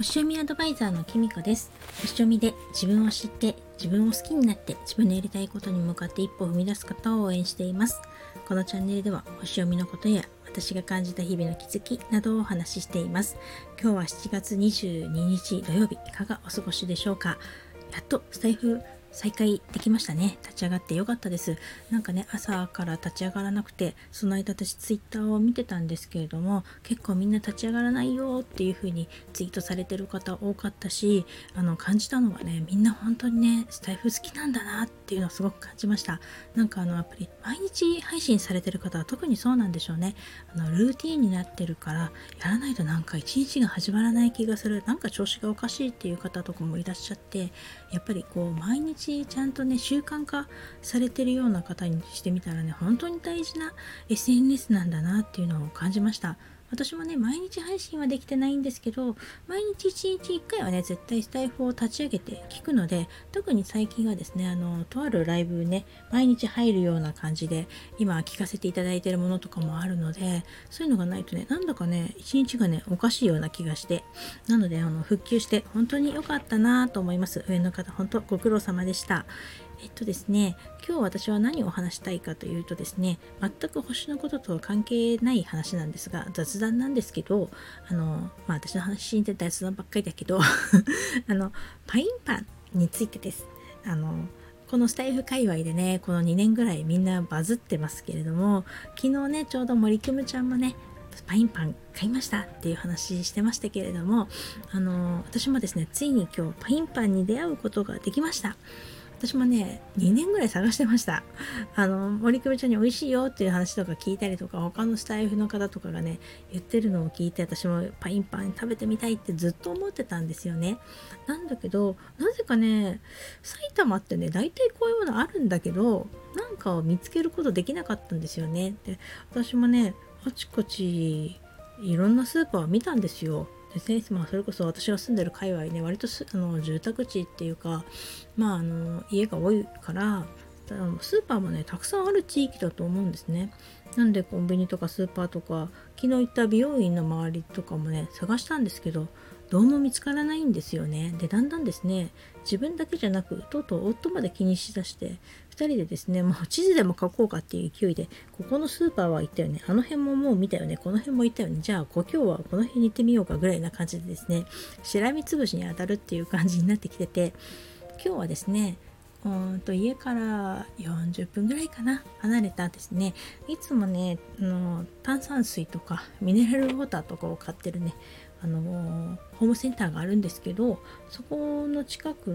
星読みアドバイザーのきみこです。星読みで自分を知って自分を好きになって自分のやりたいことに向かって一歩踏み出す方を応援しています。このチャンネルでは星読みのことや私が感じた日々の気づきなどをお話ししています。今日は7月22日土曜日、いかがお過ごしでしょうか。やっとスタイフ再開できましたね。立ち上がってよかったです。なんかね、朝から立ち上がらなくて、その間私ツイッターを見てたんですけれども、結構みんな立ち上がらないよっていう風にツイートされてる方多かったし、感じたのがね、みんな本当にね、スタイフ好きなんだなっていうのをすごく感じました。なんかやっぱり毎日配信されてる方は特にそうなんでしょうね。ルーティンになってるから、やらないとなんか一日が始まらない気がする。なんか調子がおかしいっていう方とかもいらっしゃって、やっぱりこう毎日ちゃんとね習慣化されてるような方にしてみたらね、本当に大事な SNS なんだなっていうのを感じました。私もね毎日配信はできてないんですけど、毎日1日1回はね絶対スタイフを立ち上げて聞くので、特に最近はですねとあるライブね毎日入るような感じで今聞かせていただいているものとかもあるので、そういうのがないとねなんだかね一日がねおかしいような気がして、なので復旧して本当に良かったなと思います。上の方本当ご苦労様でした。ですね、今日私は何を話したいかというとですね、全く星のこととは関係ない話なんですが、雑談なんですけど、私の話で雑談ばっかりだけどパインパンについてです。このスタイフ界隈でね、この2年ぐらいみんなバズってますけれども、昨日ね、ちょうど森久むちゃんもね、パインパン買いましたっていう話してましたけれども、私もですね、ついに今日パインパンに出会うことができました。私もね2年ぐらい探してました。森久美ちゃんに美味しいよっていう話とか聞いたりとか、他のスタイフの方とかがね言ってるのを聞いて、私もパインパン食べてみたいってずっと思ってたんですよね。なんだけどなぜかね、埼玉ってね大体こういうものあるんだけど、なんかを見つけることできなかったんですよね。で、私もねあちこちいろんなスーパーを見たんですよ。ですね、それこそ私が住んでる界隈ね、割と住宅地っていうか、家が多いからスーパーもねたくさんある地域だと思うんですね。なんでコンビニとかスーパーとか、昨日行った美容院の周りとかもね探したんですけど、どうも見つからないんですよね。で、だんだんですね、自分だけじゃなくとうとう夫まで気にしだして、2人でですね、もう地図でも書こうかっていう勢いで、ここのスーパーは行ったよね、あの辺ももう見たよね、この辺も行ったよね、じゃあ今日はこの辺に行ってみようかぐらいな感じでですね、しらみつぶしに当たるっていう感じになってきてて、今日はですね家から40分ぐらいかな離れたですね、いつもね炭酸水とかミネラルウォーターとかを買ってるねホームセンターがあるんですけど、そこの近く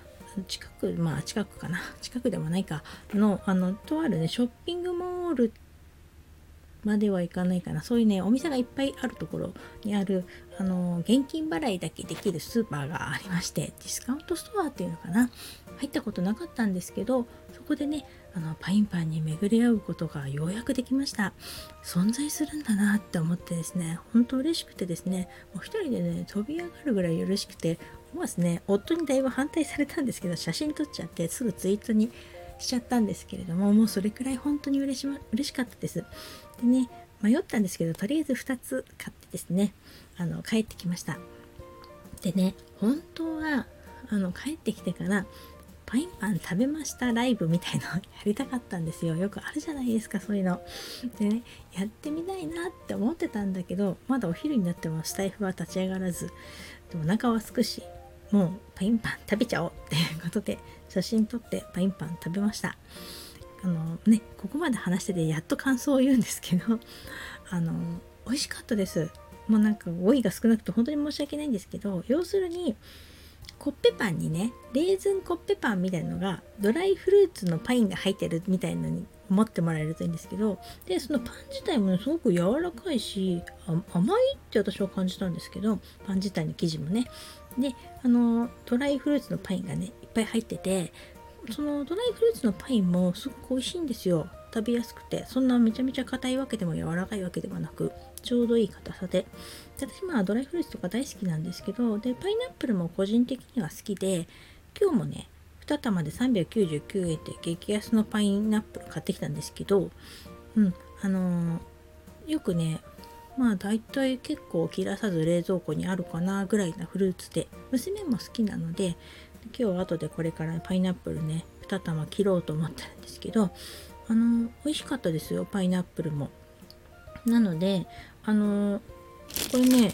かな、近くでもないかとあるねショッピングモールまではいかないかな、そういうねお店がいっぱいあるところにある現金払いだけできるスーパーがありまして、ディスカウントストアっていうのかな、入ったことなかったんですけど、そこでねパインパンに巡り合うことがようやくできました。存在するんだなって思ってですね、本当嬉しくてですね、もう一人でね飛び上がるぐらい嬉しくて、思わずね夫にだいぶ反対されたんですけど、写真撮っちゃってすぐツイートにしちゃったんですけれども、もうそれくらい本当に嬉しかったです。でね、迷ったんですけど、とりあえず2つ買ってですね帰ってきました。でね、本当は帰ってきてからパインパン食べましたライブみたいなのやりたかったんですよ。よくあるじゃないですか、そういうのでね、やってみたいなって思ってたんだけど、まだお昼になってもスタイフは立ち上がらず、でもお腹はすくし、もうパインパン食べちゃおうっていうことで写真撮ってパインパン食べました。ここまで話しててやっと感想を言うんですけど、美味しかったです。もうなんか語彙が少なくて本当に申し訳ないんですけど、要するにコッペパンにねレーズンコッペパンみたいなのが、ドライフルーツのパインが入ってるみたいなのに思ってもらえるといいんですけど、でそのパン自体も、すごく柔らかいし甘いって私は感じたんですけど、パン自体の生地もね、でドライフルーツのパインがねいっぱい入ってて、そのドライフルーツのパインもすごく美味しいんですよ。食べやすくて、そんなめちゃめちゃ硬いわけでも柔らかいわけではなく、ちょうどいい硬さで、私ドライフルーツとか大好きなんですけど、でパイナップルも個人的には好きで、今日もね2玉で399円って激安のパイナップル買ってきたんですけど、よくねまあだいたい結構切らさず冷蔵庫にあるかなぐらいなフルーツで、娘も好きなので、今日は後でこれからパイナップルね2玉切ろうと思ってるんですけど、美味しかったですよ、パイナップルも。なのでこれね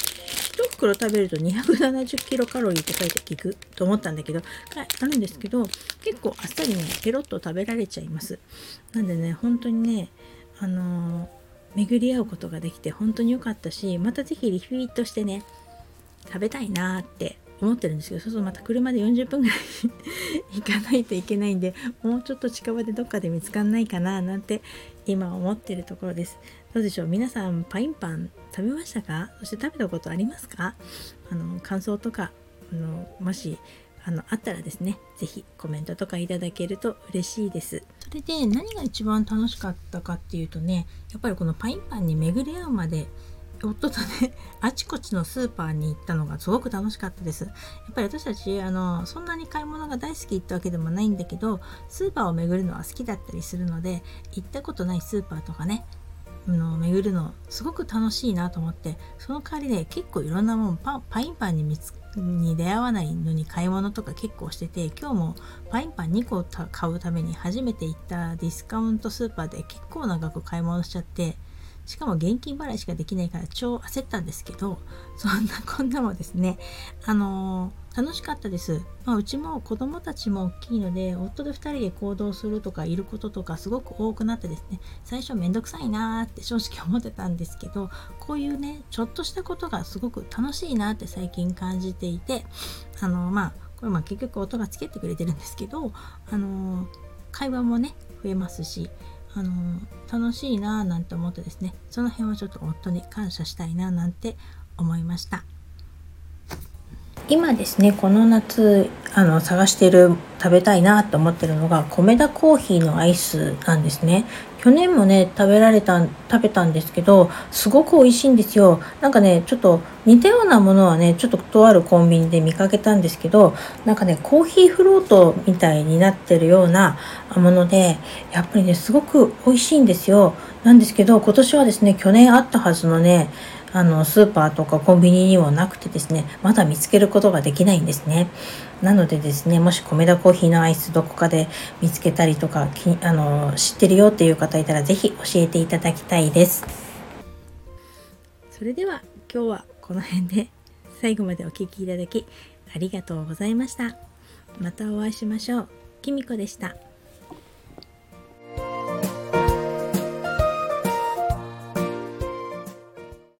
1袋食べると270キロカロリーって書いて聞くと思ったんだけど、あるんですけど、結構あっさりねペロッと食べられちゃいます。なんでね本当にね巡り合うことができて本当に良かったし、また是非リピートしてね食べたいなーって思ってるんですけど、そうするとまた車で40分ぐらい行かないといけないんで、もうちょっと近場でどっかで見つかんないかななんて今思ってるところです。どうでしょう、皆さんパインパン食べましたか？そして食べたことありますか？感想とかもしあったらですね、是非コメントとかいただけると嬉しいです。それで何が一番楽しかったかっていうとね、やっぱりこのパインパンに巡り合うまで夫とねあちこちのスーパーに行ったのがすごく楽しかったです。やっぱり私たちそんなに買い物が大好きってわけでもないんだけど、スーパーを巡るのは好きだったりするので、行ったことないスーパーとかね巡るのすごく楽しいなと思って、その代わりね結構いろんなもんパインパンに出会わないのに買い物とか結構してて、今日もパインパン2個買うために初めて行ったディスカウントスーパーで結構長く買い物しちゃって、しかも現金払いしかできないから超焦ったんですけど、そんなこんなもですね楽しかったです。うちも子供たちも大きいので、夫で2人で行動するとかいることとかすごく多くなってですね、最初めんどくさいなーって正直思ってたんですけど、こういうねちょっとしたことがすごく楽しいなって最近感じていて、これ結局夫がつけてくれてるんですけど、会話もね増えますし、楽しいなーなんて思ってですね、その辺はちょっと夫に感謝したいななんて思いました。今ですねこの夏探してる食べたいなと思ってるのが米田コーヒーのアイスなんですね。去年もね食べたんですけど、すごく美味しいんですよ。なんかねちょっと似たようなものはねちょっととあるコンビニで見かけたんですけど、なんかねコーヒーフロートみたいになってるようなもので、やっぱりねすごく美味しいんですよ。なんですけど今年はですね、去年あったはずのねスーパーとかコンビニにはなくてですね、まだ見つけることができないんですね。なのでですね、もし米田コーヒーのアイスどこかで見つけたりとか知ってるよっていう方いたらぜひ教えていただきたいです。それでは今日はこの辺で最後までお聞きいただきありがとうございました。またお会いしましょう。きみこでした。